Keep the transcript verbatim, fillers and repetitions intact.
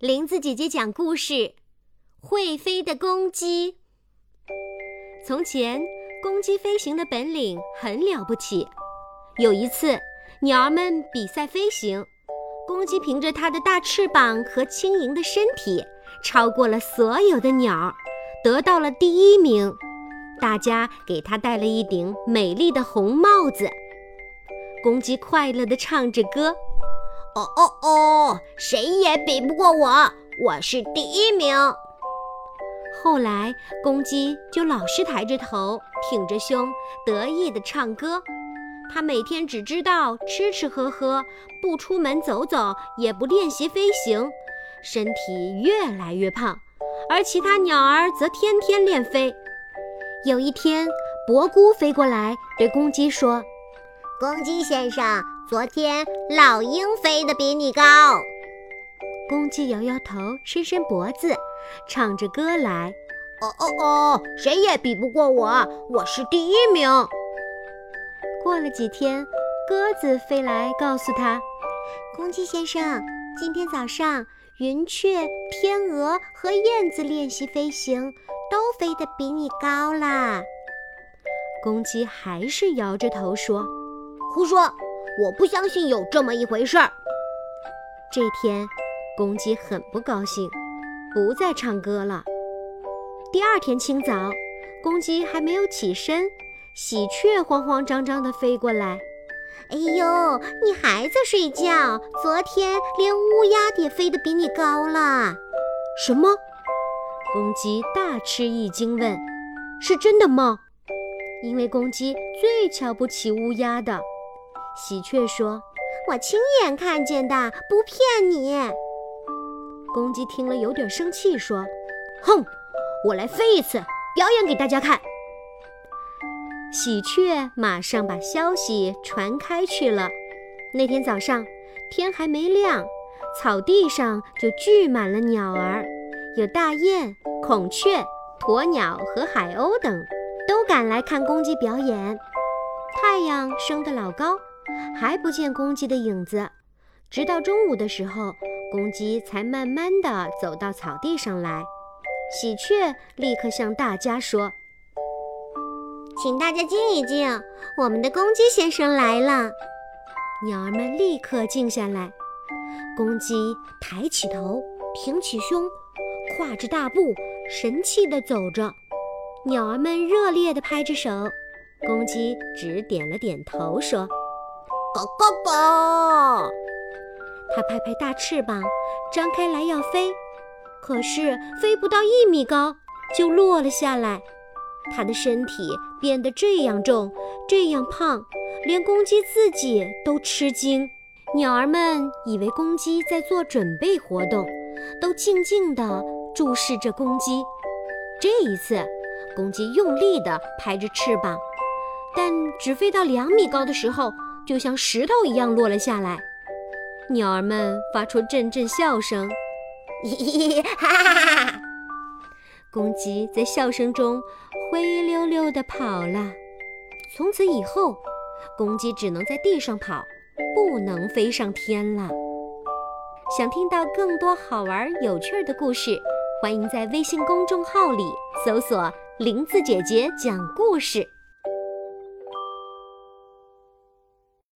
林子姐姐讲故事：会飞的公鸡。从前，公鸡飞行的本领很了不起。有一次，鸟儿们比赛飞行，公鸡凭着它的大翅膀和轻盈的身体，超过了所有的鸟，得到了第一名。大家给它戴了一顶美丽的红帽子。公鸡快乐地唱着歌。 哦哦哦，谁也比不过我，我是第一名。 后来，公鸡就老是抬着头，挺着胸，得意地唱歌。它每天只知道吃吃喝喝，不出门走走，也不练习飞行，身体越来越胖，而其他鸟儿则天天练飞。有一天，伯姑飞过来，对公鸡说： 公鸡先生，昨天老鹰飞得比你高。 公鸡摇摇头，伸伸脖子，唱着歌来。 哦哦哦，谁也比不过我，我是第一名。 过了几天，鸽子飞来告诉他： 公鸡先生，今天早上云雀、天鹅和燕子练习飞行，都飞得比你高啦。 公鸡还是摇着头说： 胡说，我不相信有这么一回事儿。 这天，公鸡很不高兴，不再唱歌了。第二天清早，公鸡还没有起身，喜鹊慌慌张张地飞过来。 哎呦，你还在睡觉？昨天连乌鸦也飞得比你高了。 什么？公鸡大吃一惊问：是真的吗？因为公鸡最瞧不起乌鸦的。喜鹊说： 我亲眼看见的，不骗你。 公鸡听了有点生气，说：哼，我来飞一次，表演给大家看。喜鹊马上把消息传开去了。那天早上，天还没亮，草地上就聚满了鸟儿，有大雁、孔雀、鸵鸟和海鸥等，都赶来看公鸡表演。太阳升得老高，还不见公鸡的影子，直到中午的时候，公鸡才慢慢地走到草地上来。喜鹊立刻向大家说： 请大家静一静，我们的公鸡先生来了。 鸟儿们立刻静下来。公鸡抬起头，挺起胸，跨着大步，神气地走着。鸟儿们热烈地拍着手，公鸡只点了点头，说： 咯咯咯。 它拍拍大翅膀，张开来要飞，可是飞不到一米高，就落了下来。它的身体变得这样重，这样胖，连公鸡自己都吃惊。鸟儿们以为公鸡在做准备活动，都静静地注视着公鸡。这一次，公鸡用力地拍着翅膀，但只飞到两米高的时候，就像石头一样落了下来。鸟儿们发出阵阵笑声， 嘻嘻哈哈哈！ 公鸡在笑声中灰溜溜地跑了。从此以后，公鸡只能在地上跑，不能飞上天了。想听到更多好玩有趣的故事，欢迎在微信公众号里搜索林子姐姐讲故事。